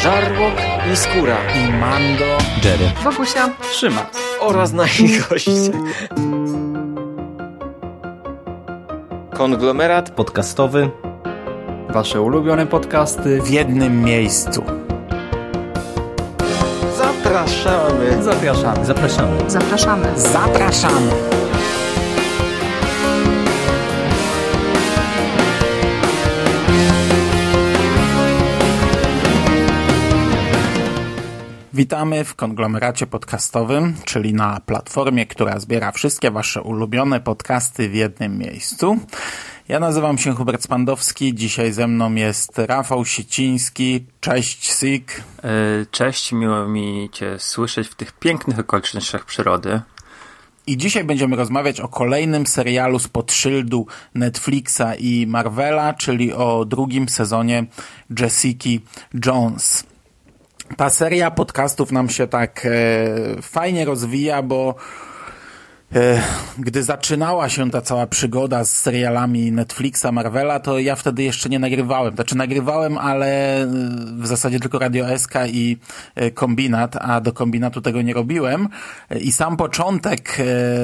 Żarłok i Skóra i Mando, Jerry, Wokusia, Szymas oraz nasi goście. Konglomerat podcastowy. Wasze ulubione podcasty w jednym miejscu. Zapraszamy. Zapraszamy. Zapraszamy. zapraszamy. Zapraszamy. Witamy w konglomeracie podcastowym, czyli na platformie, która zbiera wszystkie wasze ulubione podcasty w jednym miejscu. Ja nazywam się Hubert Spandowski, dzisiaj ze mną jest Rafał Siciński. Cześć, Sik. Cześć, miło mi Cię słyszeć w tych pięknych okolicznościach przyrody. I dzisiaj będziemy rozmawiać o kolejnym serialu spod szyldu Netflixa i Marvela, czyli o drugim sezonie Jessiki Jones. Ta seria podcastów nam się tak fajnie rozwija, bo gdy zaczynała się ta cała przygoda z serialami Netflixa, Marvela, to ja wtedy jeszcze nie nagrywałem. Znaczy nagrywałem, ale w zasadzie tylko Radio SK i Kombinat, a do Kombinatu tego nie robiłem. I sam początek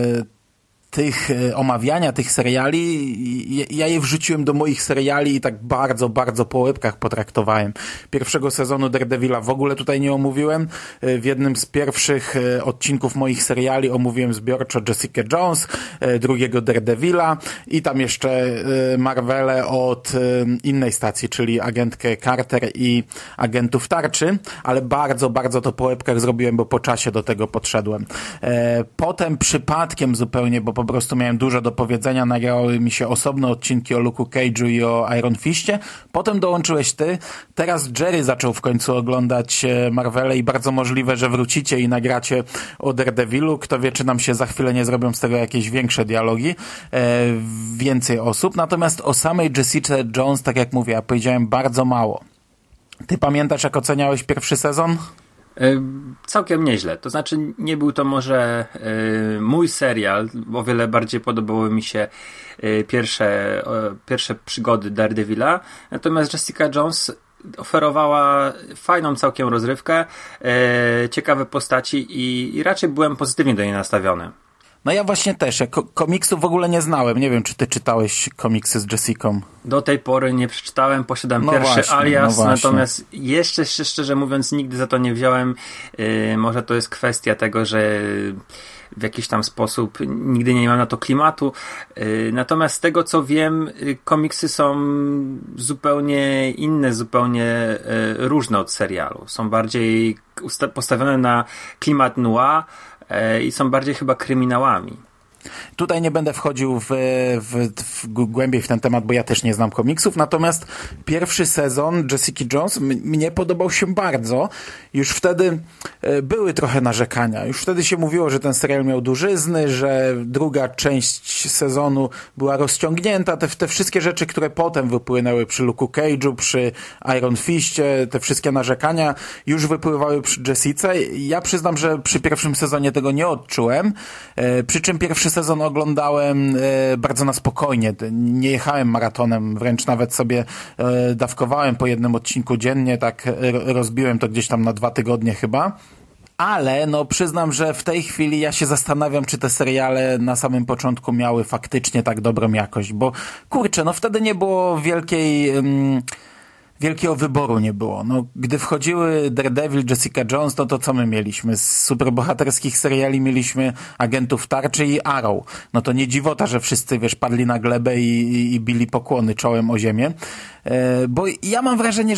omawiania tych seriali, ja je wrzuciłem do moich seriali i tak bardzo, bardzo po łebkach potraktowałem. Pierwszego sezonu Daredevila w ogóle tutaj nie omówiłem. W jednym z pierwszych odcinków moich seriali omówiłem zbiorczo Jessica Jones, drugiego Daredevila i tam jeszcze Marvele od innej stacji, czyli agentkę Carter i agentów Tarczy, ale bardzo, bardzo to po łebkach zrobiłem, bo po czasie do tego podszedłem. Potem przypadkiem zupełnie, bo po prostu miałem dużo do powiedzenia, nagrały mi się osobne odcinki o Luke'u Cage'u i o Iron Fistie. Potem dołączyłeś ty. Teraz Jerry zaczął w końcu oglądać Marvele i bardzo możliwe, że wrócicie i nagracie o Daredevilu. Kto wie, czy nam się za chwilę nie zrobią z tego jakieś większe dialogi. Więcej osób. Natomiast o samej Jessica Jones, tak jak mówię, ja powiedziałem bardzo mało. Ty pamiętasz, jak oceniałeś pierwszy sezon? Całkiem nieźle. To znaczy nie był to może mój serial. O wiele bardziej podobały mi się pierwsze przygody Daredevila. Natomiast Jessica Jones oferowała fajną całkiem rozrywkę, ciekawe postaci i raczej byłem pozytywnie do niej nastawiony. No ja właśnie też. Ja komiksów w ogóle nie znałem. Nie wiem, czy ty czytałeś komiksy z Jessicą. Do tej pory nie przeczytałem. Posiadam pierwszy alias, natomiast jeszcze szczerze mówiąc nigdy za to nie wziąłem. Może to jest kwestia tego, że w jakiś tam sposób nigdy nie mam na to klimatu. Natomiast z tego co wiem, komiksy są zupełnie inne, zupełnie różne od serialu. Są bardziej postawione na klimat noir i są bardziej chyba kryminałami. Tutaj nie będę wchodził głębiej w ten temat, bo ja też nie znam komiksów, natomiast pierwszy sezon Jessica Jones mnie podobał się bardzo. Już wtedy były trochę narzekania. Już wtedy się mówiło, że ten serial miał dużyzny, że druga część sezonu była rozciągnięta. Te wszystkie rzeczy, które potem wypłynęły przy Luke'u Cage'u, przy Iron Fistie, te wszystkie narzekania już wypływały przy Jessice. Ja przyznam, że przy pierwszym sezonie tego nie odczułem. Przy czym pierwszy sezon oglądałem bardzo na spokojnie. Nie jechałem maratonem, wręcz nawet sobie dawkowałem po jednym odcinku dziennie, tak rozbiłem to gdzieś tam na 2 tygodnie chyba. Ale no przyznam, że w tej chwili ja się zastanawiam, czy te seriale na samym początku miały faktycznie tak dobrą jakość, bo kurczę, no wtedy nie było wielkiego wyboru nie było. No, gdy wchodziły Daredevil, Jessica Jones, no to co my mieliśmy? Z superbohaterskich seriali mieliśmy agentów Tarczy i Arrow. No to nie dziwota, że wszyscy, wiesz, padli na glebę i bili pokłony czołem o ziemię. Bo ja mam wrażenie,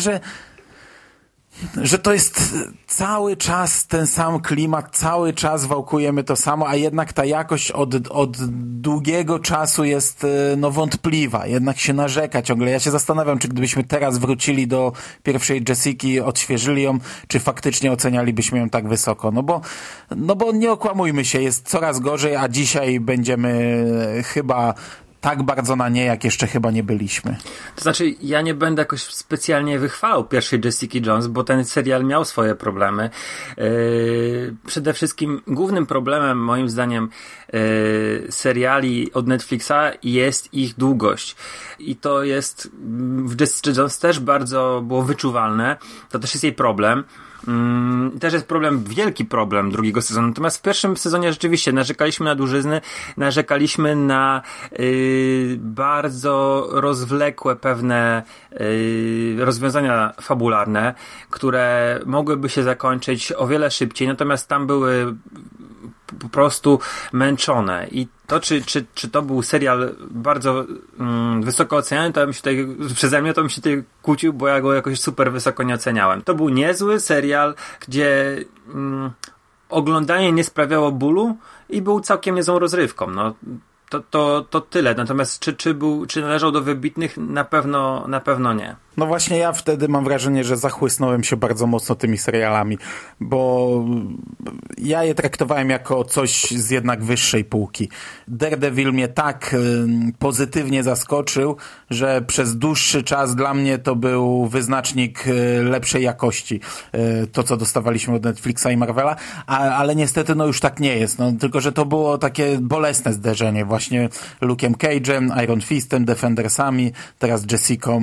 że to jest cały czas ten sam klimat, cały czas wałkujemy to samo, a jednak ta jakość od długiego czasu jest no wątpliwa, jednak się narzeka ciągle. Ja się zastanawiam, czy gdybyśmy teraz wrócili do pierwszej Jessiki, odświeżyli ją, czy faktycznie ocenialibyśmy ją tak wysoko. No bo nie okłamujmy się, jest coraz gorzej, a dzisiaj będziemy chyba tak bardzo na nie, jak jeszcze chyba nie byliśmy. To znaczy, ja nie będę jakoś specjalnie wychwalał pierwszej Jessica Jones, bo ten serial miał swoje problemy. Przede wszystkim głównym problemem, moim zdaniem, seriali od Netflixa jest ich długość. I to jest w Jessica Jones też bardzo było wyczuwalne. To też jest jej problem. Też jest wielki problem drugiego sezonu. Natomiast w pierwszym sezonie rzeczywiście narzekaliśmy na dłużyzny, narzekaliśmy na bardzo rozwlekłe pewne rozwiązania fabularne, które mogłyby się zakończyć o wiele szybciej, natomiast tam były po prostu męczone. I to, czy to był serial bardzo wysoko oceniany, to bym się tutaj, przeze mnie to bym się tutaj kłócił, bo ja go jakoś super wysoko nie oceniałem. To był niezły serial, gdzie oglądanie nie sprawiało bólu i był całkiem niezłą rozrywką. No, to tyle. Natomiast czy należał do wybitnych? Na pewno nie. No właśnie ja wtedy mam wrażenie, że zachłysnąłem się bardzo mocno tymi serialami, bo ja je traktowałem jako coś z jednak wyższej półki. Daredevil mnie tak pozytywnie zaskoczył, że przez dłuższy czas dla mnie to był wyznacznik lepszej jakości. To, co dostawaliśmy od Netflixa i Marvela, ale niestety no już tak nie jest. No, tylko, że to było takie bolesne zderzenie właśnie Luke'em Cage'em, Iron Fistem, Defendersami, teraz Jessicą.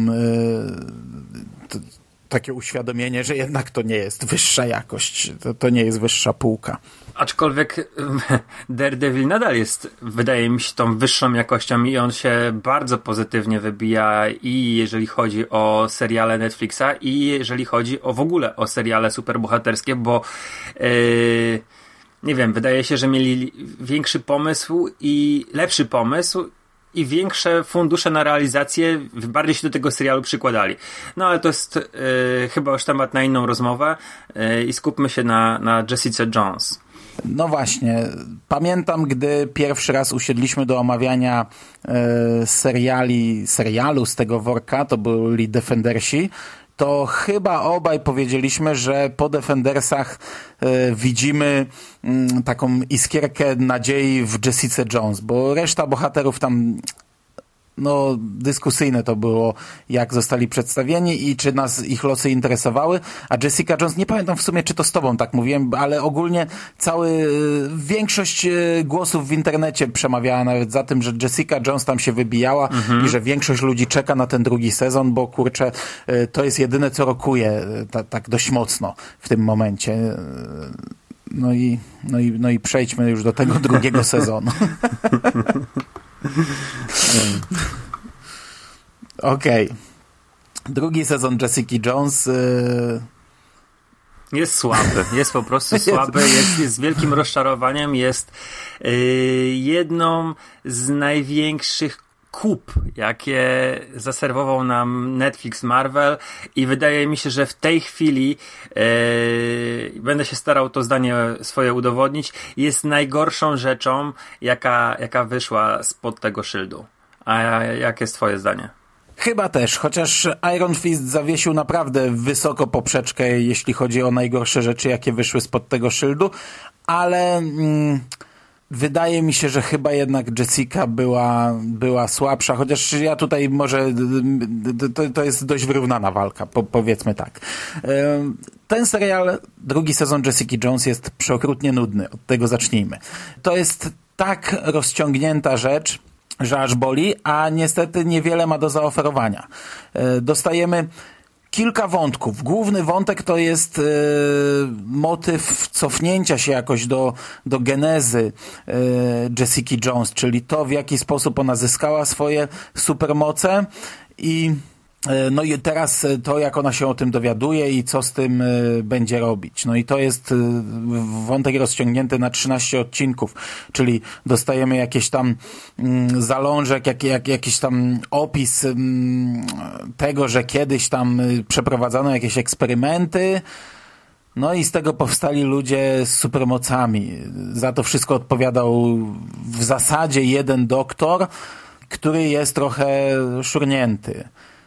Takie uświadomienie, że jednak to nie jest wyższa jakość, to nie jest wyższa półka. Aczkolwiek Daredevil nadal jest, wydaje mi się, tą wyższą jakością i on się bardzo pozytywnie wybija i jeżeli chodzi o seriale Netflixa i jeżeli chodzi w ogóle o seriale superbohaterskie, bo nie wiem, wydaje się, że mieli większy pomysł i lepszy pomysł i większe fundusze na realizację, bardziej się do tego serialu przykładali. No ale to jest chyba już temat na inną rozmowę i skupmy się na Jessica Jones. No właśnie, pamiętam, gdy pierwszy raz usiedliśmy do omawiania serialu z tego worka, to byli Defendersi, to chyba obaj powiedzieliśmy, że po Defendersach widzimy taką iskierkę nadziei w Jessica Jones, bo reszta bohaterów tam no dyskusyjne to było, jak zostali przedstawieni i czy nas ich losy interesowały, a Jessica Jones, nie pamiętam w sumie, czy to z tobą tak mówiłem, ale ogólnie większość głosów w internecie przemawiała nawet za tym, że Jessica Jones tam się wybijała i że większość ludzi czeka na ten drugi sezon, bo kurczę, to jest jedyne, co rokuje tak dość mocno w tym momencie. No i przejdźmy już do tego drugiego sezonu. Okej. Drugi sezon Jessica Jones jest słaby, jest po prostu słaby, jest wielkim rozczarowaniem, jest jedną z największych kup, jakie zaserwował nam Netflix, Marvel i wydaje mi się, że w tej chwili będę się starał to zdanie swoje udowodnić, jest najgorszą rzeczą, jaka wyszła spod tego szyldu. A jakie jest twoje zdanie? Chyba też, chociaż Iron Fist zawiesił naprawdę wysoko poprzeczkę, jeśli chodzi o najgorsze rzeczy, jakie wyszły spod tego szyldu, ale wydaje mi się, że chyba jednak Jessica była słabsza, chociaż ja tutaj może to jest dość wyrównana walka, powiedzmy tak. Ten serial, drugi sezon Jessica Jones jest przeokrutnie nudny, od tego zacznijmy. To jest tak rozciągnięta rzecz, że aż boli, a niestety niewiele ma do zaoferowania. Dostajemy kilka wątków. Główny wątek to jest motyw cofnięcia się jakoś do genezy Jessica Jones, czyli to, w jaki sposób ona zyskała swoje supermoce i no i teraz to, jak ona się o tym dowiaduje i co z tym będzie robić. No i to jest wątek rozciągnięty na 13 odcinków, czyli dostajemy jakieś tam zalążek, jakiś tam opis tego, że kiedyś tam przeprowadzano jakieś eksperymenty, no i z tego powstali ludzie z supermocami. Za to wszystko odpowiadał w zasadzie jeden doktor, który jest trochę szurnięty.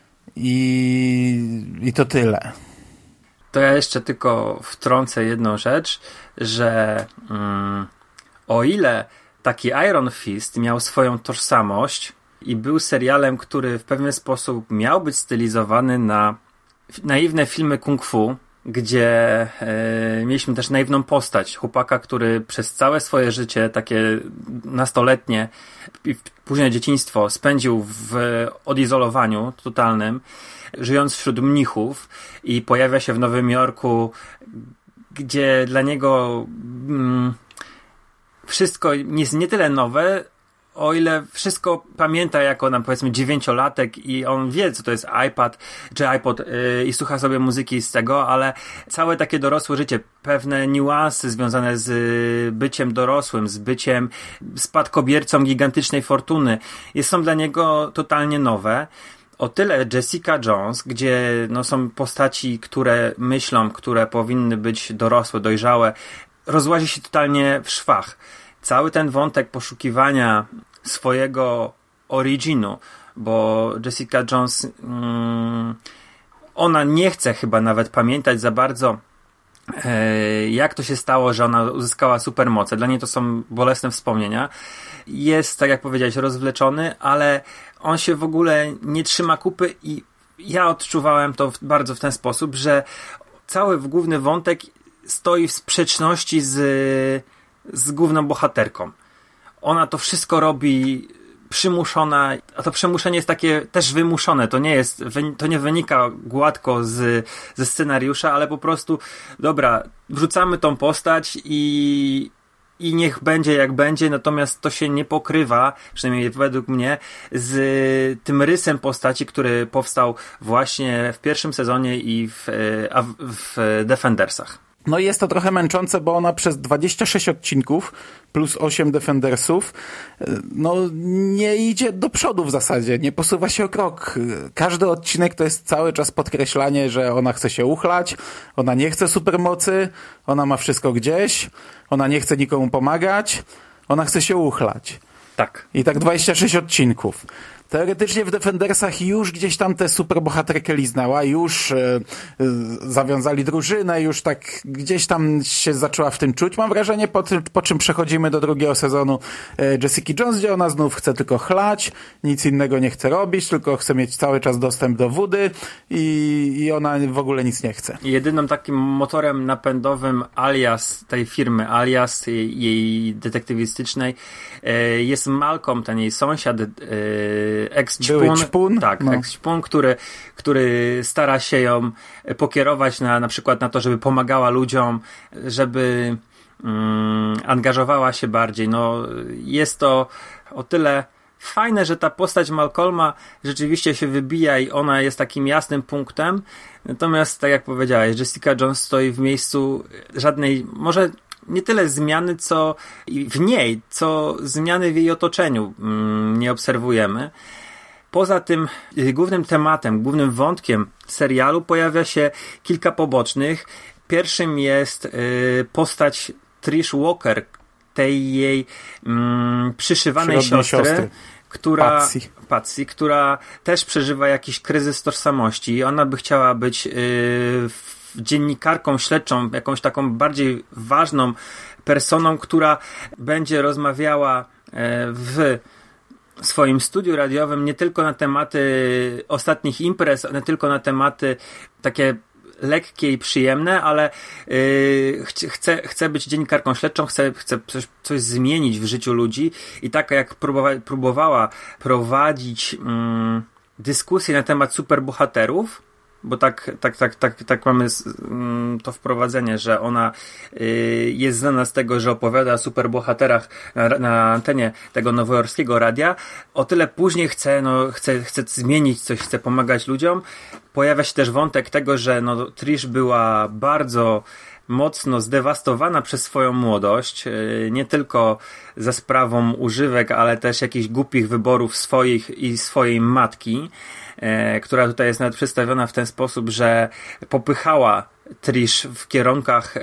I to tyle. To ja jeszcze tylko wtrącę jedną rzecz, że o ile taki Iron Fist miał swoją tożsamość i był serialem, który w pewien sposób miał być stylizowany na naiwne filmy kung fu, gdzie mieliśmy też naiwną postać chłopaka, który przez całe swoje życie, takie nastoletnie i późne dzieciństwo spędził w odizolowaniu totalnym, żyjąc wśród mnichów, i pojawia się w Nowym Jorku, gdzie dla niego wszystko jest nie tyle nowe, o ile wszystko pamięta jako, powiedzmy, 9-latek i on wie, co to jest iPad czy iPod i słucha sobie muzyki z tego, ale całe takie dorosłe życie, pewne niuanse związane z byciem dorosłym, z byciem spadkobiercą gigantycznej fortuny są dla niego totalnie nowe. O tyle Jessica Jones, gdzie są postaci, które myślą, które powinny być dorosłe, dojrzałe, rozłazi się totalnie w szwach. Cały ten wątek poszukiwania swojego originu, bo Jessica Jones ona nie chce chyba nawet pamiętać za bardzo, jak to się stało, że ona uzyskała supermoce. Dla niej to są bolesne wspomnienia. Jest, tak jak powiedziałeś, rozwleczony, ale on się w ogóle nie trzyma kupy i ja odczuwałem to bardzo w ten sposób, że cały główny wątek stoi w sprzeczności z główną bohaterką. Ona to wszystko robi przymuszona, a to przymuszenie jest takie też wymuszone. To nie wynika gładko ze scenariusza, ale po prostu dobra, wrzucamy tą postać i niech będzie jak będzie, natomiast to się nie pokrywa, przynajmniej według mnie, z tym rysem postaci, który powstał właśnie w pierwszym sezonie i w Defendersach. No i jest to trochę męczące, bo ona przez 26 odcinków plus 8 Defendersów nie idzie do przodu w zasadzie, nie posuwa się o krok. Każdy odcinek to jest cały czas podkreślanie, że ona chce się uchlać, ona nie chce supermocy, ona ma wszystko gdzieś, ona nie chce nikomu pomagać, ona chce się uchlać. Tak. I tak 26 odcinków. Teoretycznie w Defendersach już gdzieś tam tę superbohaterkę liznęła, już zawiązali drużynę, już tak gdzieś tam się zaczęła w tym czuć. Mam wrażenie, po czym przechodzimy do drugiego sezonu Jessica Jones, gdzie ona znów chce tylko chlać, nic innego nie chce robić, tylko chce mieć cały czas dostęp do wody i ona w ogóle nic nie chce. Jedynym takim motorem napędowym alias tej firmy, alias jej detektywistycznej jest Malcolm, ten jej sąsiad, ex-ćpun, ex-ćpun, który stara się ją pokierować na przykład na to, żeby pomagała ludziom, żeby angażowała się bardziej. Jest to o tyle fajne, że ta postać Malcolma rzeczywiście się wybija i ona jest takim jasnym punktem. Natomiast, tak jak powiedziałeś, Jessica Jones stoi w miejscu żadnej, może nie tyle zmiany, co w niej, co zmiany w jej otoczeniu nie obserwujemy. Poza tym głównym tematem, głównym wątkiem serialu pojawia się kilka pobocznych. Pierwszym jest postać Trish Walker, tej jej przyszywanej siostry, Patsy, która też przeżywa jakiś kryzys tożsamości. Ona by chciała być dziennikarką śledczą, jakąś taką bardziej ważną personą, która będzie rozmawiała w swoim studiu radiowym nie tylko na tematy ostatnich imprez, nie tylko na tematy takie lekkie i przyjemne, ale chce być dziennikarką śledczą, chce coś zmienić w życiu ludzi i tak jak próbowała prowadzić dyskusję na temat superbohaterów, bo tak mamy to wprowadzenie, że ona jest znana z tego, że opowiada o superbohaterach na antenie tego nowojorskiego radia. O tyle później chce zmienić coś, chce pomagać ludziom. Pojawia się też wątek tego, że Trish była bardzo mocno zdewastowana przez swoją młodość, nie tylko za sprawą używek, ale też jakichś głupich wyborów swoich i swojej matki, która tutaj jest nawet przedstawiona w ten sposób, że popychała Trish w kierunkach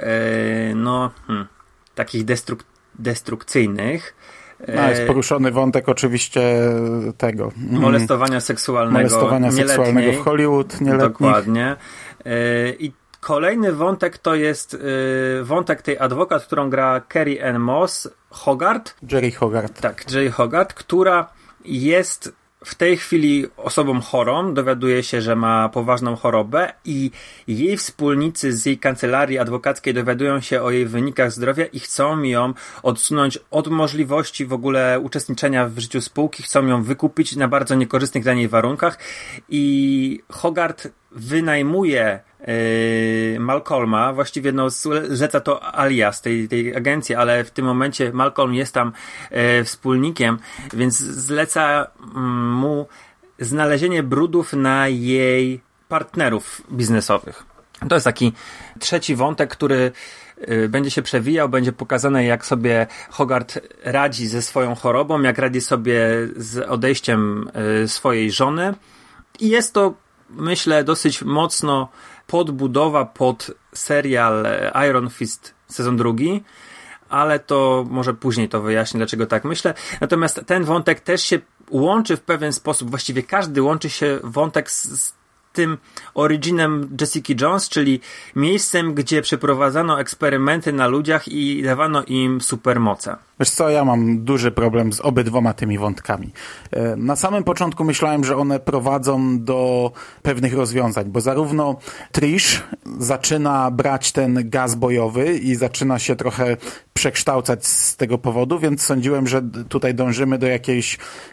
takich destrukcyjnych. Jest poruszony wątek oczywiście tego molestowania seksualnego w Hollywood nieletnich. Dokładnie. I kolejny wątek to jest wątek tej adwokat, którą gra Carrie Ann Moss Hogarth. Jerry Hogarth. Tak, Jerry Hogarth, która jest w tej chwili osobą chorą, dowiaduje się, że ma poważną chorobę i jej wspólnicy z jej kancelarii adwokackiej dowiadują się o jej wynikach zdrowia i chcą ją odsunąć od możliwości w ogóle uczestniczenia w życiu spółki, chcą ją wykupić na bardzo niekorzystnych dla niej warunkach i Hogarth wynajmuje Malcolma, właściwie zleca to alias tej agencji, ale w tym momencie Malcolm jest tam wspólnikiem, więc zleca mu znalezienie brudów na jej partnerów biznesowych. To jest taki trzeci wątek, który będzie się przewijał, będzie pokazane, jak sobie Hogarth radzi ze swoją chorobą, jak radzi sobie z odejściem swojej żony i jest to, myślę, dosyć mocno podbudowa pod serial Iron Fist sezon 2, ale to może później to wyjaśnię, dlaczego tak myślę. Natomiast ten wątek też się łączy w pewien sposób, właściwie każdy łączy się wątek z tym originem Jessica Jones, czyli miejscem, gdzie przeprowadzano eksperymenty na ludziach i dawano im supermoce. Wiesz co, ja mam duży problem z obydwoma tymi wątkami. Na samym początku myślałem, że one prowadzą do pewnych rozwiązań, bo zarówno Trish zaczyna brać ten gaz bojowy i zaczyna się trochę przekształcać z tego powodu, więc sądziłem, że tutaj dążymy do jakiejś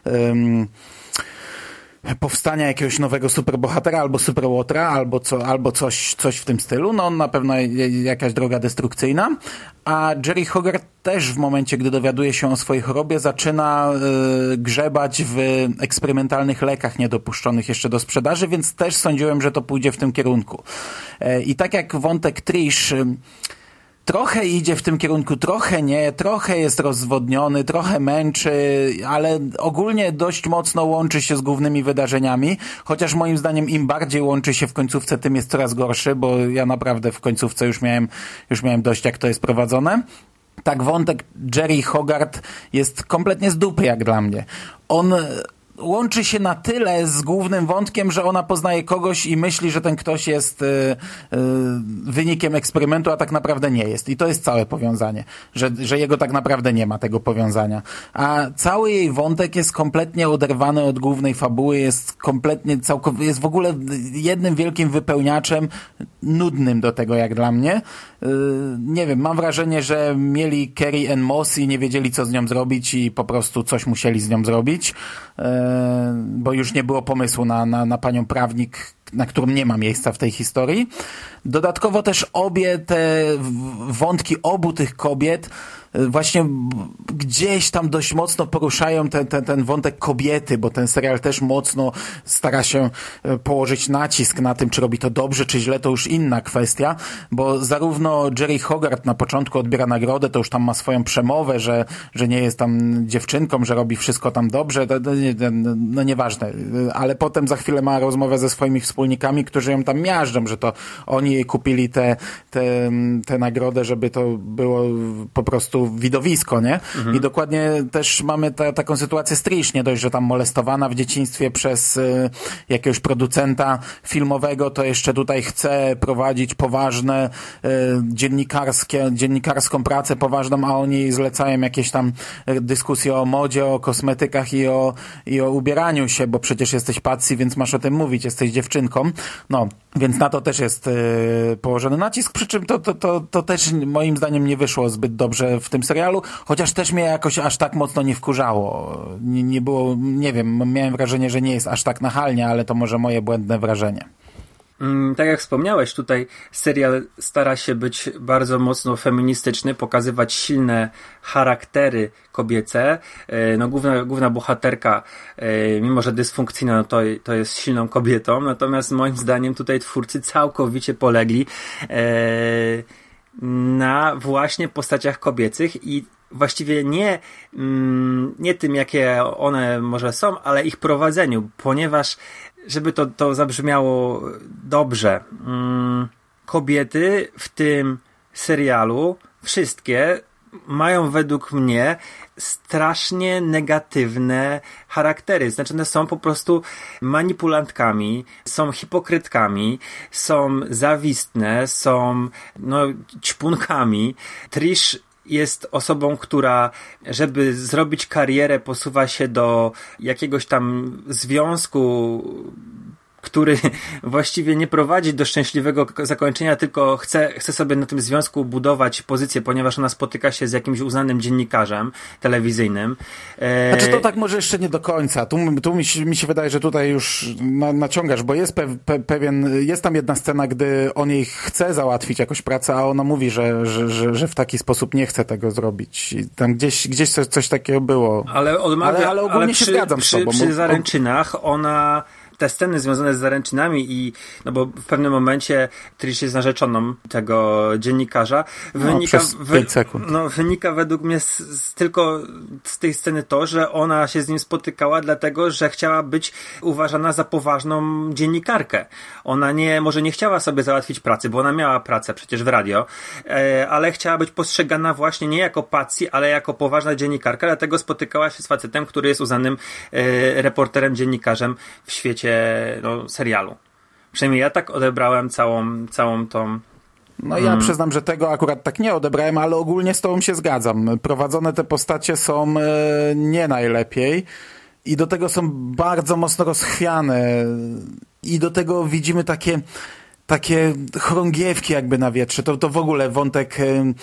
powstania jakiegoś nowego superbohatera albo superłotra, albo coś w tym stylu. No na pewno jakaś droga destrukcyjna. A Jerry Hogarth też w momencie, gdy dowiaduje się o swojej chorobie, zaczyna grzebać w eksperymentalnych lekach niedopuszczonych jeszcze do sprzedaży, więc też sądziłem, że to pójdzie w tym kierunku. I tak jak wątek Trish trochę idzie w tym kierunku, trochę nie, trochę jest rozwodniony, trochę męczy, ale ogólnie dość mocno łączy się z głównymi wydarzeniami, chociaż moim zdaniem im bardziej łączy się w końcówce, tym jest coraz gorszy, bo ja naprawdę w końcówce już miałem dość, jak to jest prowadzone. Tak, wątek Jerry Hogarth jest kompletnie z dupy jak dla mnie. On łączy się na tyle z głównym wątkiem, że ona poznaje kogoś i myśli, że ten ktoś jest wynikiem eksperymentu, a tak naprawdę nie jest. I to jest całe powiązanie, że jego tak naprawdę nie ma, tego powiązania. A cały jej wątek jest kompletnie oderwany od głównej fabuły, jest jest w ogóle jednym wielkim wypełniaczem, nudnym do tego jak dla mnie. Nie wiem, mam wrażenie, że mieli Carrie Ann Moss i nie wiedzieli, co z nią zrobić i po prostu coś musieli z nią zrobić, bo już nie było pomysłu na panią prawnik, na którym nie ma miejsca w tej historii. Dodatkowo też obie te wątki obu tych kobiet właśnie gdzieś tam dość mocno poruszają ten wątek kobiety, bo ten serial też mocno stara się położyć nacisk na tym, czy robi to dobrze, czy źle, to już inna kwestia, bo zarówno Jerry Hogarth na początku odbiera nagrodę, to już tam ma swoją przemowę, że nie jest tam dziewczynką, że robi wszystko tam dobrze, no nieważne, ale potem za chwilę ma rozmowę ze swoimi wspólnikami, którzy ją tam miażdżą, że to oni jej kupili tę nagrodę, żeby to było po prostu widowisko, nie? Mhm. I dokładnie też mamy taką sytuację z Trish, nie dość, że tam molestowana w dzieciństwie przez jakiegoś producenta filmowego, to jeszcze tutaj chce prowadzić poważne dziennikarską pracę poważną, a oni zlecają jakieś tam dyskusje o modzie, o kosmetykach i o ubieraniu się, bo przecież jesteś Patsy, więc masz o tym mówić, jesteś dziewczynką. No, więc na to też jest położony nacisk, przy czym to też moim zdaniem nie wyszło zbyt dobrze w tym serialu, chociaż też mnie jakoś aż tak mocno nie wkurzało. Nie było, nie wiem, miałem wrażenie, że nie jest aż tak nachalnie, ale to może moje błędne wrażenie. Tak jak wspomniałeś, tutaj serial stara się być bardzo mocno feministyczny, pokazywać silne charaktery kobiece. No, główna bohaterka, mimo że dysfunkcyjna, no to jest silną kobietą, natomiast moim zdaniem tutaj twórcy całkowicie polegli na właśnie postaciach kobiecych i właściwie nie tym, jakie one może są, ale ich prowadzeniu, ponieważ żeby to zabrzmiało dobrze, kobiety w tym serialu wszystkie mają według mnie strasznie negatywne charaktery. Znaczy one są po prostu manipulantkami, są hipokrytkami, są zawistne, są ćpunkami. Trish jest osobą, która, żeby zrobić karierę, posuwa się do jakiegoś tam związku, który właściwie nie prowadzi do szczęśliwego zakończenia, tylko chce sobie na tym związku budować pozycję, ponieważ ona spotyka się z jakimś uznanym dziennikarzem telewizyjnym. Znaczy to tak może jeszcze nie do końca. Tu mi się wydaje, że tutaj już naciągasz, bo jest jest tam jedna scena, gdy on jej chce załatwić jakąś pracę, a ona mówi, że w taki sposób nie chce tego zrobić. I tam gdzieś coś takiego było. Ale ogólnie się zgadzam z tobą. Przy zaręczynach ona... Te sceny związane z zaręczynami no bo w pewnym momencie Trish jest narzeczoną tego dziennikarza, wynika według mnie tylko z tej sceny to, że ona się z nim spotykała dlatego, że chciała być uważana za poważną dziennikarkę. Ona może nie chciała sobie załatwić pracy, bo ona miała pracę przecież w radio, ale chciała być postrzegana właśnie nie jako patsy, ale jako poważna dziennikarka, dlatego spotykała się z facetem, który jest uznanym reporterem, dziennikarzem w świecie serialu. Przynajmniej ja tak odebrałem całą tą... No ja przyznam, że tego akurat tak nie odebrałem, ale ogólnie z tobą się zgadzam. Prowadzone te postacie są nie najlepiej i do tego są bardzo mocno rozchwiane i do tego widzimy takie chorągiewki jakby na wietrze. To w ogóle wątek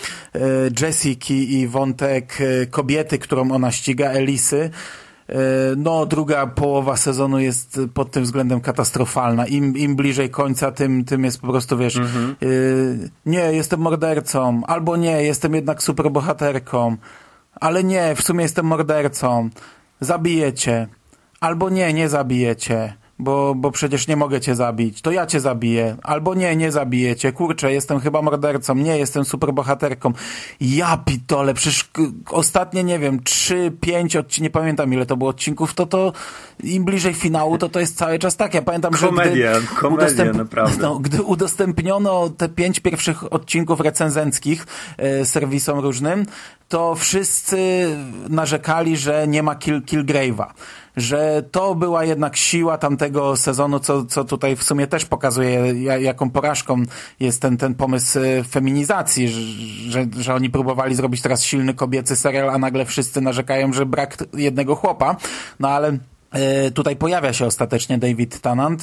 Jessiki i wątek kobiety, którą ona ściga, Elisy. No, druga połowa sezonu jest pod tym względem katastrofalna. Im bliżej końca, tym jest po prostu, wiesz, nie, jestem mordercą, albo nie, jestem jednak superbohaterką, ale nie, w sumie jestem mordercą, zabijecie, albo nie zabijecie, bo przecież nie mogę cię zabić, to ja cię zabiję, albo nie zabijecie, kurczę, jestem chyba mordercą, nie, jestem superbohaterką. Ja pitole, przecież ostatnie, nie wiem, 3-5 odcinków, nie pamiętam ile to było odcinków, to im bliżej finału, to jest cały czas tak. Ja pamiętam, komedia, naprawdę. Gdy udostępniono te 5 pierwszych odcinków recenzenckich serwisom różnym, to wszyscy narzekali, że nie ma Kilgrave'a. Że to była jednak siła tamtego sezonu, co tutaj w sumie też pokazuje, jaką porażką jest ten pomysł feminizacji, że oni próbowali zrobić teraz silny kobiecy serial, a nagle wszyscy narzekają, że brak jednego chłopa. No ale tutaj pojawia się ostatecznie David Tennant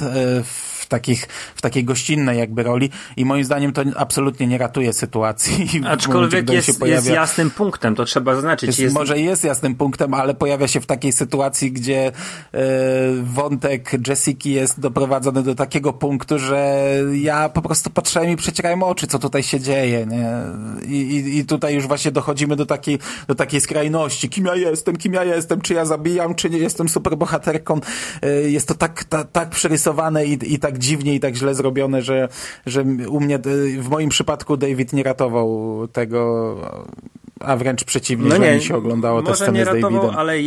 w takiej gościnnej jakby roli i moim zdaniem to absolutnie nie ratuje sytuacji. Aczkolwiek jest jasnym punktem, to trzeba zaznaczyć. Może jest jasnym punktem, ale pojawia się w takiej sytuacji, gdzie wątek Jessiki jest doprowadzony do takiego punktu, że ja po prostu patrzyłem i przecierałem oczy, co tutaj się dzieje. Nie? I tutaj już właśnie dochodzimy do takiej skrajności. Kim ja jestem, czy ja zabijam, czy nie jestem superbohaterką. Jest to tak przerysowane i tak dziwnie i tak źle zrobione, że u mnie, w moim przypadku David nie ratował tego, a wręcz przeciwnie, że mi się oglądało te sceny z Davidem. Może nie ratował, ale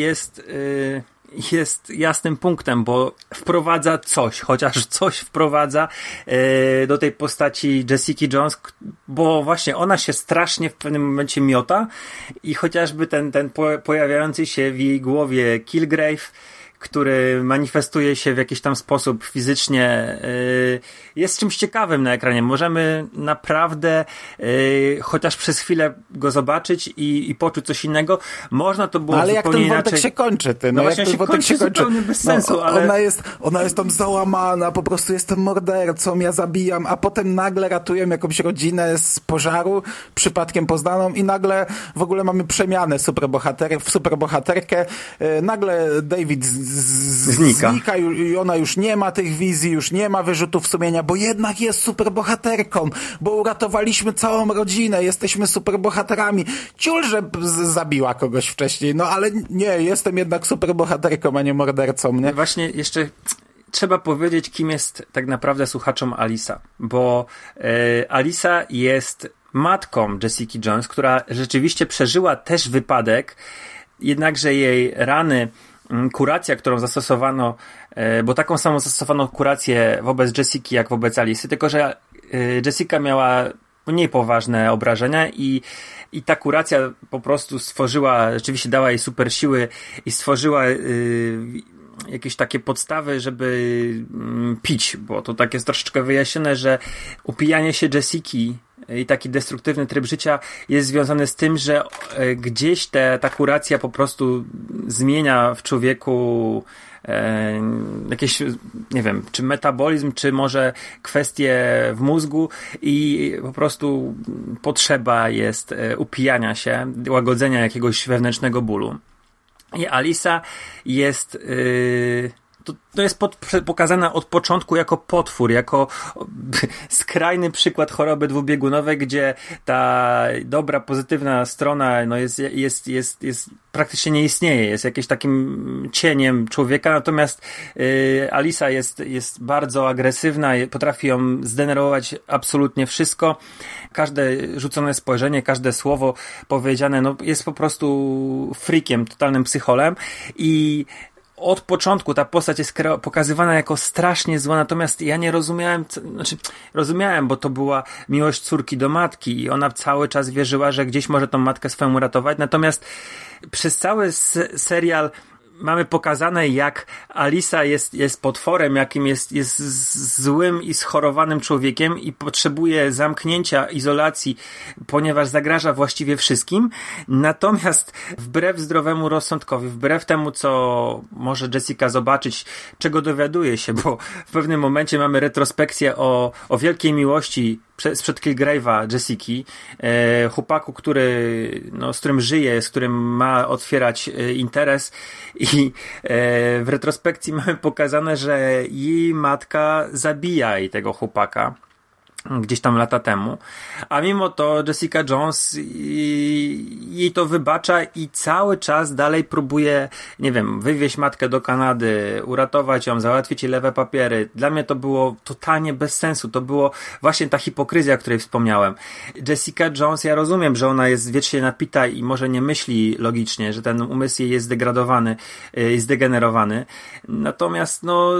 jest jasnym punktem, bo wprowadza chociaż coś wprowadza do tej postaci Jessiki Jones, bo właśnie ona się strasznie w pewnym momencie miota i chociażby ten pojawiający się w jej głowie Kilgrave, który manifestuje się w jakiś tam sposób fizycznie, jest czymś ciekawym na ekranie. Możemy naprawdę chociaż przez chwilę go zobaczyć i poczuć coś innego. Można to było ale zupełnie inaczej. Ale jak ten wątek się kończy, ty? No właśnie się kończy zupełnie bez sensu. Ale... Ona jest tam załamana, po prostu jestem mordercą, ja zabijam, a potem nagle ratuję jakąś rodzinę z pożaru, przypadkiem poznaną i nagle w ogóle mamy przemianę w superbohaterkę. Nagle David znika i ona już nie ma tych wizji, już nie ma wyrzutów sumienia, bo jednak jest superbohaterką, bo uratowaliśmy całą rodzinę, jesteśmy superbohaterami. Ciul, że zabiła kogoś wcześniej, no ale nie, jestem jednak superbohaterką, a nie mordercą, nie? Właśnie jeszcze trzeba powiedzieć, kim jest tak naprawdę słuchaczom Alisa, bo Alisa jest matką Jessiki Jones, która rzeczywiście przeżyła też wypadek, jednakże jej rany, kuracja, którą zastosowano, bo taką samą zastosowano kurację wobec Jessiki jak wobec Alisy, tylko że Jessica miała mniej poważne obrażenia i ta kuracja po prostu rzeczywiście dała jej super siły i stworzyła jakieś takie podstawy, żeby pić, bo to tak jest troszeczkę wyjaśnione, że upijanie się Jessiki i taki destruktywny tryb życia jest związany z tym, że gdzieś ta kuracja po prostu zmienia w człowieku jakieś, nie wiem, czy metabolizm, czy może kwestie w mózgu i po prostu potrzeba jest upijania się, łagodzenia jakiegoś wewnętrznego bólu. I Alisa jest to jest pokazana od początku jako potwór, jako skrajny przykład choroby dwubiegunowej, gdzie ta dobra, pozytywna strona no jest praktycznie nie istnieje, jest jakimś takim cieniem człowieka, natomiast Alisa jest bardzo agresywna, potrafi ją zdenerwować absolutnie wszystko. Każde rzucone spojrzenie, każde słowo powiedziane, no jest po prostu freakiem, totalnym psycholem i od początku ta postać jest pokazywana jako strasznie zła, natomiast ja nie rozumiałem, rozumiałem, bo to była miłość córki do matki i ona cały czas wierzyła, że gdzieś może tą matkę swoją uratować, natomiast przez cały serial mamy pokazane, jak Alisa jest potworem, jakim jest złym i schorowanym człowiekiem i potrzebuje zamknięcia, izolacji, ponieważ zagraża właściwie wszystkim. Natomiast wbrew zdrowemu rozsądkowi, wbrew temu, co może Jessica zobaczyć, czego dowiaduje się, bo w pewnym momencie mamy retrospekcję o wielkiej miłości sprzed Kilgrave'a Jessiki, chłopaku, z którym żyje, z którym ma otwierać interes i w retrospekcji mamy pokazane, że jej matka zabija jej tego chłopaka gdzieś tam lata temu, a mimo to Jessica Jones jej to wybacza i cały czas dalej próbuje, nie wiem, wywieźć matkę do Kanady, uratować ją, załatwić jej lewe papiery. Dla mnie to było totalnie bez sensu, to było właśnie ta hipokryzja, o której wspomniałem. Jessica Jones, ja rozumiem, że ona jest wiecznie napita i może nie myśli logicznie, że ten umysł jej jest zdegradowany, jest zdegenerowany, natomiast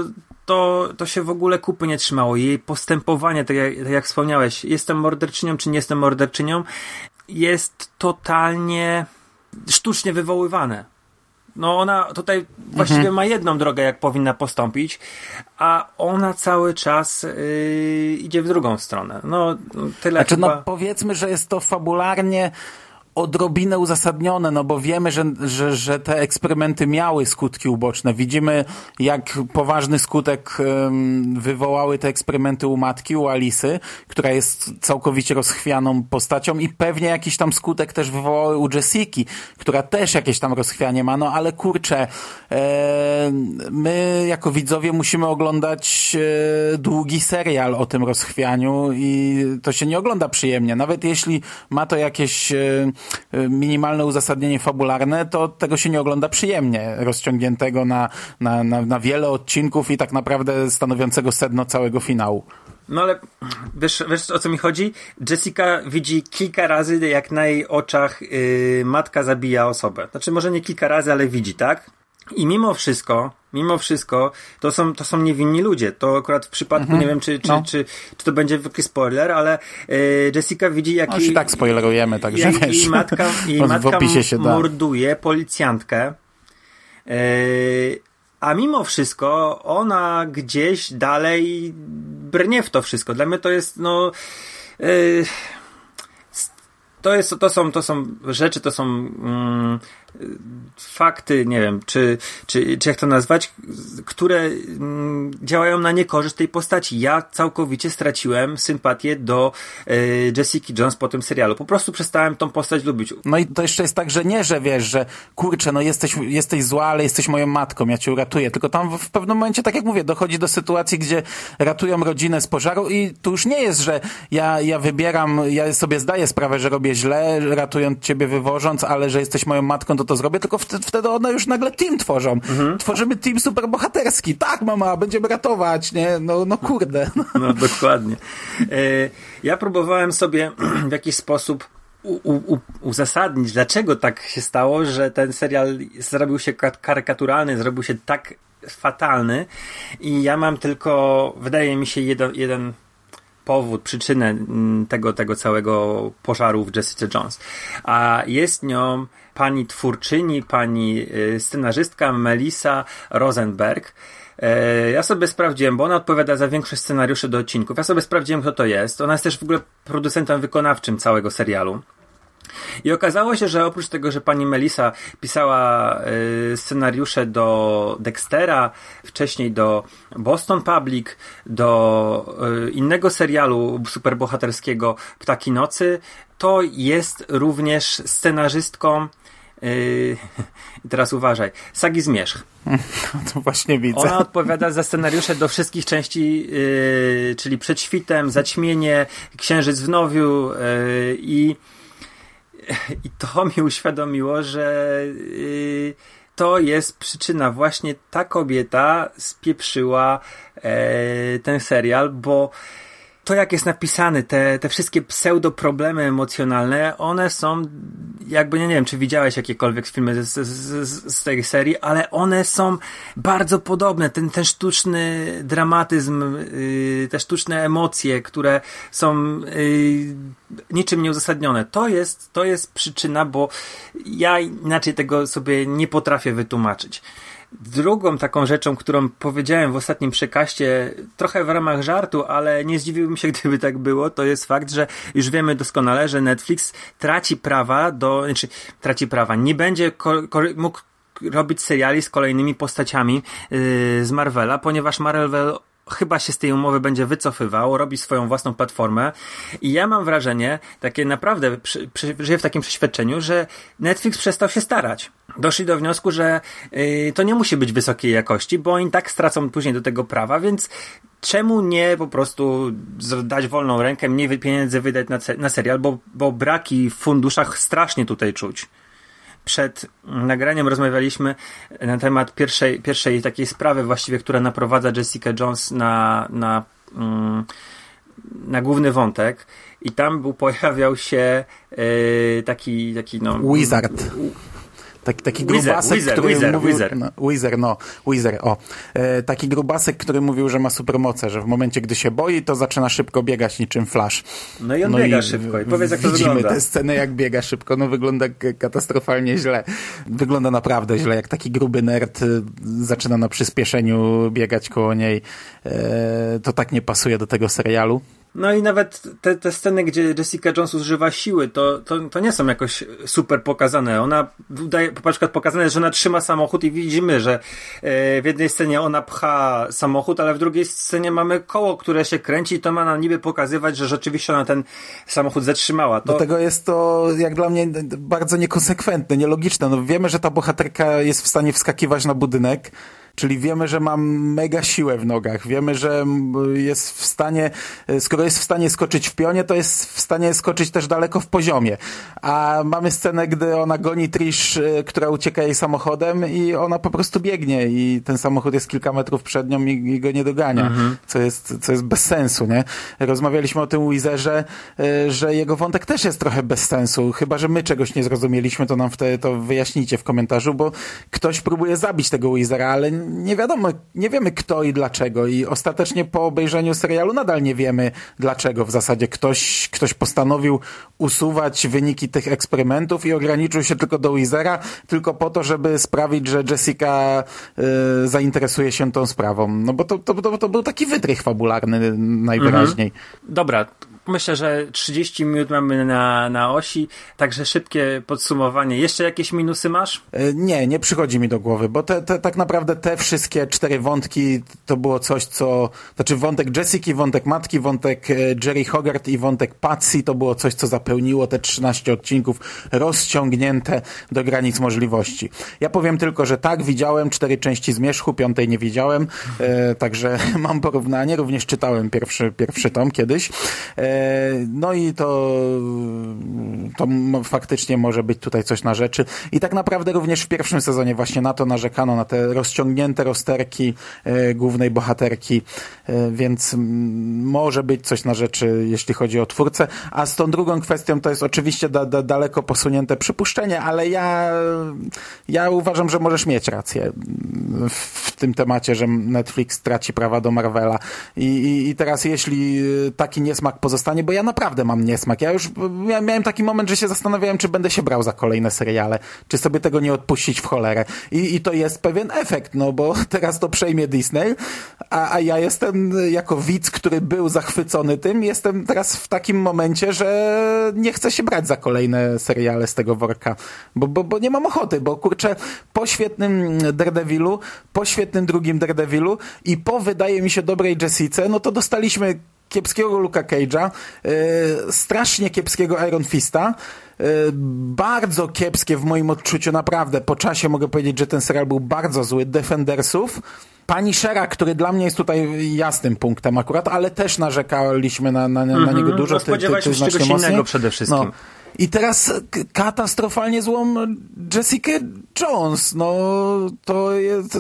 to się w ogóle kupy nie trzymało. Jej postępowanie, tak jak wspomniałeś, jestem morderczynią, czy nie jestem morderczynią, jest totalnie sztucznie wywoływane. No ona tutaj właściwie ma jedną drogę, jak powinna postąpić, a ona cały czas idzie w drugą stronę. No tyle znaczy, chyba... powiedzmy, że jest to fabularnie odrobinę uzasadnione, no bo wiemy, że te eksperymenty miały skutki uboczne. Widzimy, jak poważny skutek wywołały te eksperymenty u matki, u Alisy, która jest całkowicie rozchwianą postacią i pewnie jakiś tam skutek też wywołały u Jessiki, która też jakieś tam rozchwianie ma, no ale kurczę, my jako widzowie musimy oglądać długi serial o tym rozchwianiu i to się nie ogląda przyjemnie. Nawet jeśli ma to jakieś minimalne uzasadnienie fabularne, to tego się nie ogląda przyjemnie, rozciągniętego na wiele odcinków i tak naprawdę stanowiącego sedno całego finału. No ale wiesz o co mi chodzi? Jessica widzi kilka razy, jak na jej oczach matka zabija osobę. Znaczy może nie kilka razy, ale widzi, tak? I mimo wszystko to są niewinni ludzie. To akurat w przypadku, nie wiem czy to będzie jakiś spoiler, ale Jessica widzi jak już i tak spoilerujemy, także wiesz. I matka morduje policjantkę. A mimo wszystko ona gdzieś dalej brnie w to wszystko. Dla mnie to jest to są rzeczy, to są fakty, nie wiem, czy jak to nazwać, które działają na niekorzyść tej postaci. Ja całkowicie straciłem sympatię do Jessiki Jones po tym serialu. Po prostu przestałem tą postać lubić. No i to jeszcze jest tak, że nie, że wiesz, że kurczę, no jesteś zła, ale jesteś moją matką, ja cię uratuję. Tylko tam w pewnym momencie, tak jak mówię, dochodzi do sytuacji, gdzie ratują rodzinę z pożaru i tu już nie jest, że ja wybieram, ja sobie zdaję sprawę, że robię źle, ratując ciebie, wywożąc, ale że jesteś moją matką, to zrobię, tylko wtedy one już nagle team tworzą. Tworzymy team superbohaterski. Tak, mama, będziemy ratować, nie? No kurde. No dokładnie. Ja próbowałem sobie w jakiś sposób uzasadnić, dlaczego tak się stało, że ten serial zrobił się karykaturalny, zrobił się tak fatalny i ja mam tylko, wydaje mi się, jeden powód, przyczynę tego całego pożaru w Jessica Jones. A jest nią pani twórczyni, pani scenarzystka Melissa Rosenberg, Ja sobie sprawdziłem, bo ona odpowiada za większość scenariuszy do odcinków. Ja sobie sprawdziłem, kto to jest. Ona jest też w ogóle producentem wykonawczym całego serialu. I okazało się, że oprócz tego, że pani Melissa pisała scenariusze do Dextera, wcześniej do Boston Public, do innego serialu superbohaterskiego Ptaki Nocy, to jest również scenarzystką teraz uważaj, Sagi Zmierzch. To właśnie widzę. Ona odpowiada za scenariusze do wszystkich części, czyli Przed świtem, Zaćmienie, Księżyc w nowiu i to mi uświadomiło, że to jest przyczyna. Właśnie ta kobieta spieprzyła ten serial, bo to, jak jest napisany, te wszystkie pseudo-problemy emocjonalne, one są, jakby, nie wiem, czy widziałeś jakiekolwiek filmy z tej serii, ale one są bardzo podobne. Ten sztuczny dramatyzm, te sztuczne emocje, które są niczym nieuzasadnione. To jest przyczyna, bo ja inaczej tego sobie nie potrafię wytłumaczyć. Drugą taką rzeczą, którą powiedziałem w ostatnim przekaście, trochę w ramach żartu, ale nie zdziwiłbym się, gdyby tak było, to jest fakt, że już wiemy doskonale, że Netflix traci prawa, nie będzie mógł robić seriali z kolejnymi postaciami z Marvela, ponieważ Marvel chyba się z tej umowy będzie wycofywał, robi swoją własną platformę i ja mam wrażenie, takie naprawdę żyję w takim przeświadczeniu, że Netflix przestał się starać. Doszli do wniosku, że to nie musi być wysokiej jakości, bo oni tak stracą później do tego prawa, więc czemu nie po prostu dać wolną rękę, mniej pieniędzy wydać na serial, bo braki w funduszach strasznie tutaj czuć. Przed nagraniem rozmawialiśmy na temat pierwszej takiej sprawy właściwie, która naprowadza Jessica Jones na główny wątek i tam pojawiał się taki Wizard. Taki grubasek, taki grubasek, który mówił, że ma supermoce, że w momencie, gdy się boi, to zaczyna szybko biegać niczym Flash. No i on biega szybko. I powiedz, jak to wygląda. Widzimy tę scenę, jak biega szybko. No wygląda katastrofalnie źle. Wygląda naprawdę źle, jak taki gruby nerd zaczyna na przyspieszeniu biegać koło niej. To tak nie pasuje do tego serialu. No i nawet te sceny, gdzie Jessica Jones używa siły, to nie są jakoś super pokazane. Ona udaje, na przykład pokazane, że ona trzyma samochód i widzimy, że w jednej scenie ona pcha samochód, ale w drugiej scenie mamy koło, które się kręci i to ma nam niby pokazywać, że rzeczywiście ona ten samochód zatrzymała. Do tego jest to, jak dla mnie, bardzo niekonsekwentne, nielogiczne. No wiemy, że ta bohaterka jest w stanie wskakiwać na budynek, czyli wiemy, że ma mega siłę w nogach. Wiemy, że jest w stanie, skoro jest w stanie skoczyć w pionie, to jest w stanie skoczyć też daleko w poziomie. A mamy scenę, gdy ona goni Trish, która ucieka jej samochodem i ona po prostu biegnie i ten samochód jest kilka metrów przed nią i go nie dogania. Co jest bez sensu, nie? Rozmawialiśmy o tym Wizerze, że jego wątek też jest trochę bez sensu. Chyba że my czegoś nie zrozumieliśmy, to nam wtedy to wyjaśnijcie w komentarzu, bo ktoś próbuje zabić tego Wizera, ale nie wiadomo, nie wiemy kto i dlaczego i ostatecznie po obejrzeniu serialu nadal nie wiemy dlaczego. W zasadzie ktoś postanowił usuwać wyniki tych eksperymentów i ograniczył się tylko do Wizera, tylko po to, żeby sprawić, że Jessica zainteresuje się tą sprawą. No bo to był taki wytrych fabularny najwyraźniej. Dobra. Myślę, że 30 minut mamy na osi, także szybkie podsumowanie. Jeszcze jakieś minusy masz? Nie przychodzi mi do głowy, bo tak naprawdę te wszystkie 4 wątki to było coś, znaczy wątek Jessiki, wątek matki, wątek Jerry Hogarth i wątek Patsy to było coś, co zapełniło te 13 odcinków rozciągnięte do granic możliwości. Ja powiem tylko, że tak, widziałem 4 części Zmierzchu, 5 nie widziałem, także mam porównanie, również czytałem pierwszy tom kiedyś. No i to faktycznie może być tutaj coś na rzeczy. I tak naprawdę również w pierwszym sezonie właśnie na to narzekano, na te rozciągnięte rozterki głównej bohaterki, więc może być coś na rzeczy, jeśli chodzi o twórcę. A z tą drugą kwestią to jest oczywiście daleko posunięte przypuszczenie, ale ja uważam, że możesz mieć rację w tym temacie, że Netflix traci prawa do Marvela. I teraz jeśli taki niesmak pozostanie zostanie, bo ja naprawdę mam niesmak. Ja już miałem taki moment, że się zastanawiałem, czy będę się brał za kolejne seriale, czy sobie tego nie odpuścić w cholerę. I to jest pewien efekt, no bo teraz to przejmie Disney, a ja jestem jako widz, który był zachwycony tym, jestem teraz w takim momencie, że nie chcę się brać za kolejne seriale z tego worka, bo nie mam ochoty, bo kurczę, po świetnym Daredevilu, po świetnym drugim Daredevilu i po, wydaje mi się, dobrej Jessice, no to dostaliśmy kiepskiego Luka Cage'a, strasznie kiepskiego Iron Fista, bardzo kiepskie w moim odczuciu, naprawdę, po czasie mogę powiedzieć, że ten serial był bardzo zły, Defendersów, Punishera, który dla mnie jest tutaj jasnym punktem akurat, ale też narzekaliśmy na niego dużo. No, spodziewaliśmy się czegoś innego przede wszystkim. No. I teraz katastrofalnie złą Jessica Jones. No, to jest...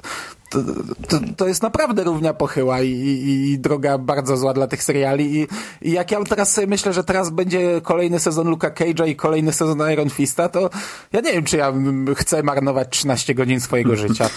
To jest naprawdę równia pochyła i droga bardzo zła dla tych seriali i jak ja teraz sobie myślę, że teraz będzie kolejny sezon Luka Cage'a i kolejny sezon Iron Fista, to ja nie wiem, czy ja chcę marnować 13 godzin swojego życia.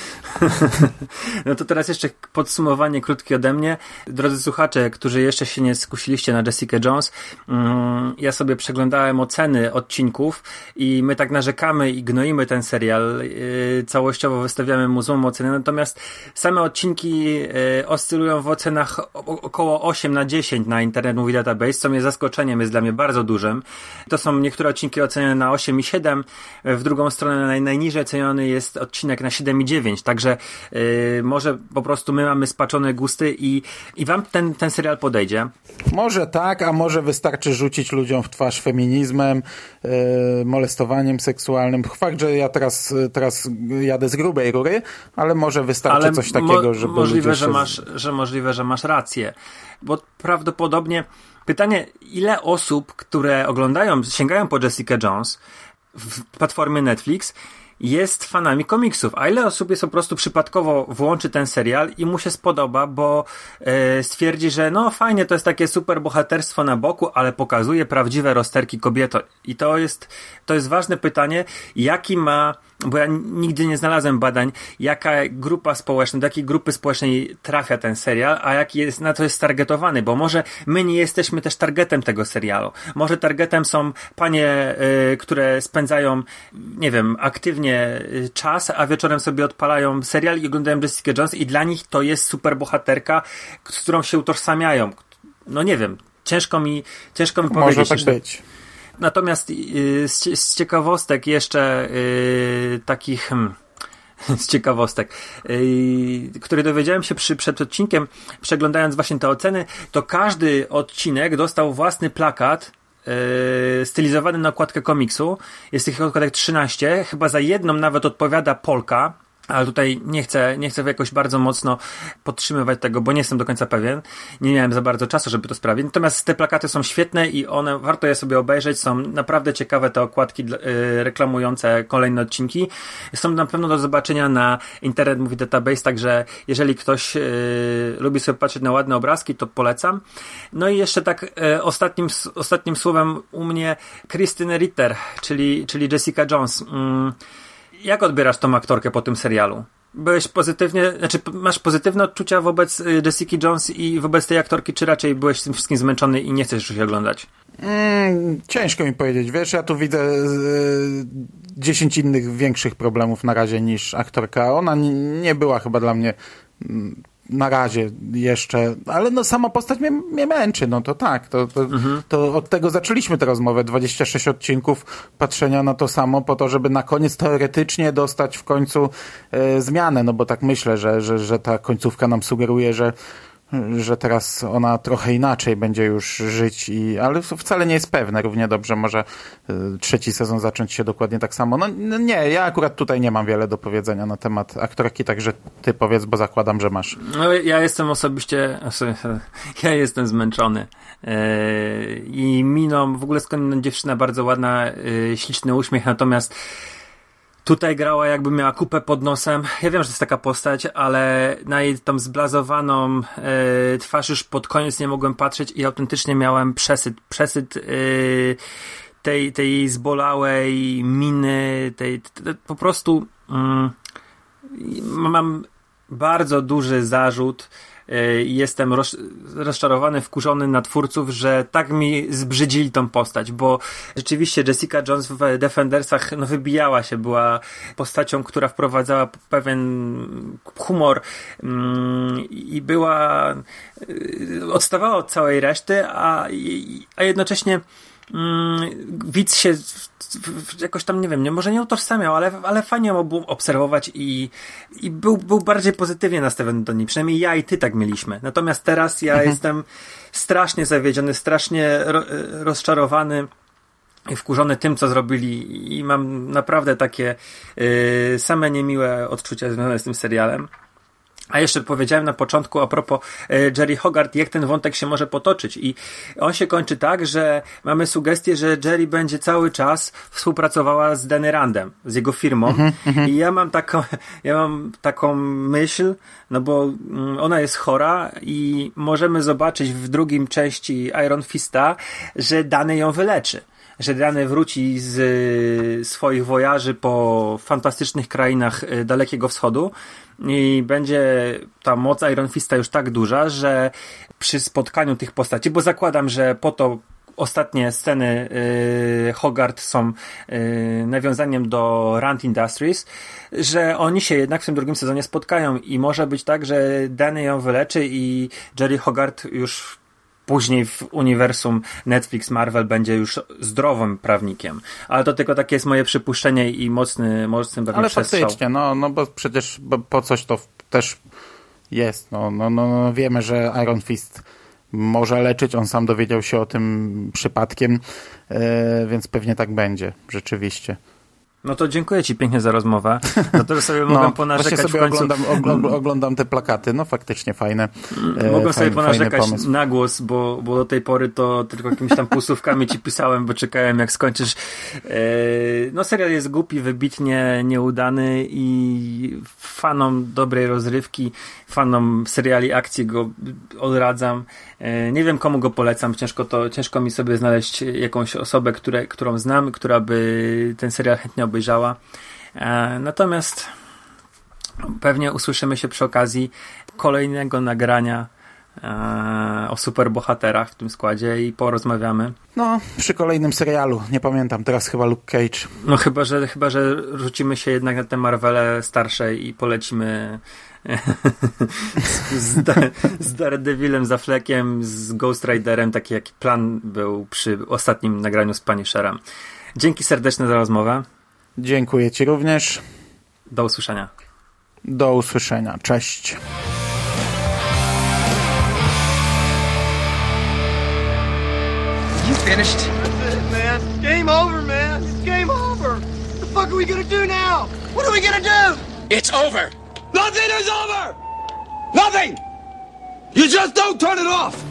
No to teraz jeszcze podsumowanie krótkie ode mnie. Drodzy słuchacze, którzy jeszcze się nie skusiliście na Jessica Jones, ja sobie przeglądałem oceny odcinków i my tak narzekamy i gnoimy ten serial, całościowo wystawiamy mu złą ocenę, natomiast same odcinki oscylują w ocenach około 8/10 na Internet Movie Database, co mnie zaskoczeniem jest dla mnie bardzo dużym. To są niektóre odcinki ocenione na 8,7, w drugą stronę najniżej oceniony jest odcinek na 7,9, także może po prostu my mamy spaczone gusty i wam ten serial podejdzie. Może tak, a może wystarczy rzucić ludziom w twarz feminizmem, molestowaniem seksualnym. Fakt, że ja teraz jadę z grubej rury, ale może wystarczy coś takiego, żeby możliwe, że masz rację. Bo prawdopodobnie pytanie, ile osób, które sięgają po Jessica Jones w platformie Netflix, jest fanami komiksów, a ile osób jest po prostu przypadkowo włączy ten serial i mu się spodoba, bo stwierdzi, że no fajnie, to jest takie super bohaterstwo na boku, ale pokazuje prawdziwe rozterki kobieto. I to jest ważne pytanie, bo ja nigdy nie znalazłem badań, jaka grupa społeczna, do jakiej grupy społecznej trafia ten serial, a na to jest targetowany, bo może my nie jesteśmy też targetem tego serialu. Może targetem są panie, które spędzają, nie wiem, aktywnie czas, a wieczorem sobie odpalają serial i oglądają Jessica Jones i dla nich to jest super bohaterka, z którą się utożsamiają. No nie wiem, ciężko mi powiedzieć. Może tak być. Natomiast z ciekawostek jeszcze takich... z ciekawostek, które dowiedziałem się przed odcinkiem, przeglądając właśnie te oceny, to każdy odcinek dostał własny plakat stylizowany na okładkę komiksu. Jest tych okładek 13. Chyba za jedną nawet odpowiada Polka, ale tutaj nie chcę jakoś bardzo mocno podtrzymywać tego, bo nie jestem do końca pewien. Nie miałem za bardzo czasu, żeby to sprawdzić. Natomiast te plakaty są świetne i warto je sobie obejrzeć. Są naprawdę ciekawe te okładki reklamujące kolejne odcinki. Są na pewno do zobaczenia na Internet Movie Database, także jeżeli ktoś lubi sobie patrzeć na ładne obrazki, to polecam. No i jeszcze tak ostatnim słowem u mnie Kristen Ritter, czyli Jessica Jones. Jak odbierasz tą aktorkę po tym serialu? Masz pozytywne odczucia wobec Jessica Jones i wobec tej aktorki, czy raczej byłeś tym wszystkim zmęczony i nie chcesz już jej oglądać? Ciężko mi powiedzieć. Wiesz, ja tu widzę 10 innych większych problemów na razie niż aktorka. Ona nie była chyba dla mnie na razie jeszcze, ale no sama postać mnie męczy, no to tak, to od tego zaczęliśmy tę rozmowę, 26 odcinków patrzenia na to samo po to, żeby na koniec teoretycznie dostać w końcu zmianę, no bo tak myślę, że ta końcówka nam sugeruje, że teraz ona trochę inaczej będzie już żyć, ale wcale nie jest pewne. Równie dobrze może trzeci sezon zacząć się dokładnie tak samo. No nie, ja akurat tutaj nie mam wiele do powiedzenia na temat aktorki, także ty powiedz, bo zakładam, że masz. No, ja jestem zmęczony. I miną, w ogóle skąd dziewczyna bardzo ładna, śliczny uśmiech, natomiast tutaj grała jakby miała kupę pod nosem. Ja wiem, że to jest taka postać, ale na jej tą zblazowaną twarz już pod koniec nie mogłem patrzeć i autentycznie miałem przesyt tej zbolałej miny, po prostu mam bardzo duży zarzut jestem rozczarowany, wkurzony na twórców, że tak mi zbrzydzili tą postać, bo rzeczywiście Jessica Jones w Defendersach wybijała się, była postacią, która wprowadzała pewien humor i była odstawała od całej reszty, a jednocześnie widz się jakoś tam, nie wiem, może nie utożsamiał, ale fajnie było obserwować i był bardziej pozytywnie nastawiony do niej. Przynajmniej ja i ty tak mieliśmy. Natomiast teraz ja jestem strasznie zawiedziony, strasznie rozczarowany i wkurzony tym, co zrobili i mam naprawdę takie same niemiłe odczucia związane z tym serialem. A jeszcze powiedziałem na początku a propos Jerry Hogarth, jak ten wątek się może potoczyć i on się kończy tak, że mamy sugestię, że Jerry będzie cały czas współpracowała z Danny Randem, z jego firmą i ja mam taką myśl, no bo ona jest chora i możemy zobaczyć w drugim części Iron Fista, że Danny ją wyleczy. Że Danny wróci z swoich wojaży po fantastycznych krainach Dalekiego Wschodu i będzie ta moc Iron Fista już tak duża, że przy spotkaniu tych postaci, bo zakładam, że po to ostatnie sceny Hogarth są nawiązaniem do Rand Industries, że oni się jednak w tym drugim sezonie spotkają i może być tak, że Danny ją wyleczy i Jerry Hogarth już później w uniwersum Netflix, Marvel będzie już zdrowym prawnikiem. Ale to tylko takie jest moje przypuszczenie i mocny pewnie ale przestrzał. Faktycznie, no bo przecież po coś to też jest. No, wiemy, że Iron Fist może leczyć, on sam dowiedział się o tym przypadkiem, więc pewnie tak będzie, rzeczywiście. No to dziękuję ci pięknie za rozmowę. Za to, że sobie mogłem ponarzekać sobie w końcu. oglądam te plakaty, no faktycznie fajne. Mogłem sobie ponarzekać na głos, bo do tej pory to tylko jakimiś tam półsłówkami ci pisałem, bo czekałem jak skończysz. No serial jest głupi, wybitnie nieudany i fanom dobrej rozrywki, fanom seriali akcji go odradzam. Nie wiem komu go polecam, ciężko mi sobie znaleźć jakąś osobę, którą znam, która by ten serial chętnie obejrzała. Natomiast pewnie usłyszymy się przy okazji kolejnego nagrania o superbohaterach w tym składzie i porozmawiamy. No, przy kolejnym serialu. Nie pamiętam, teraz chyba Luke Cage. No chyba, że rzucimy się jednak na te Marvele starsze i polecimy z Daredevilem, z Affleckiem, z Ghost Riderem, taki jaki plan był przy ostatnim nagraniu z Punisherem. Dzięki serdeczne za rozmowę. Dziękuję ci również. Do usłyszenia. Do usłyszenia. Cześć. You finished? That's it, man. Game over, man. It's game over. What the fuck are we gonna do now? What are we gonna do? It's over. Nothing is over! Nothing! You just don't turn it off!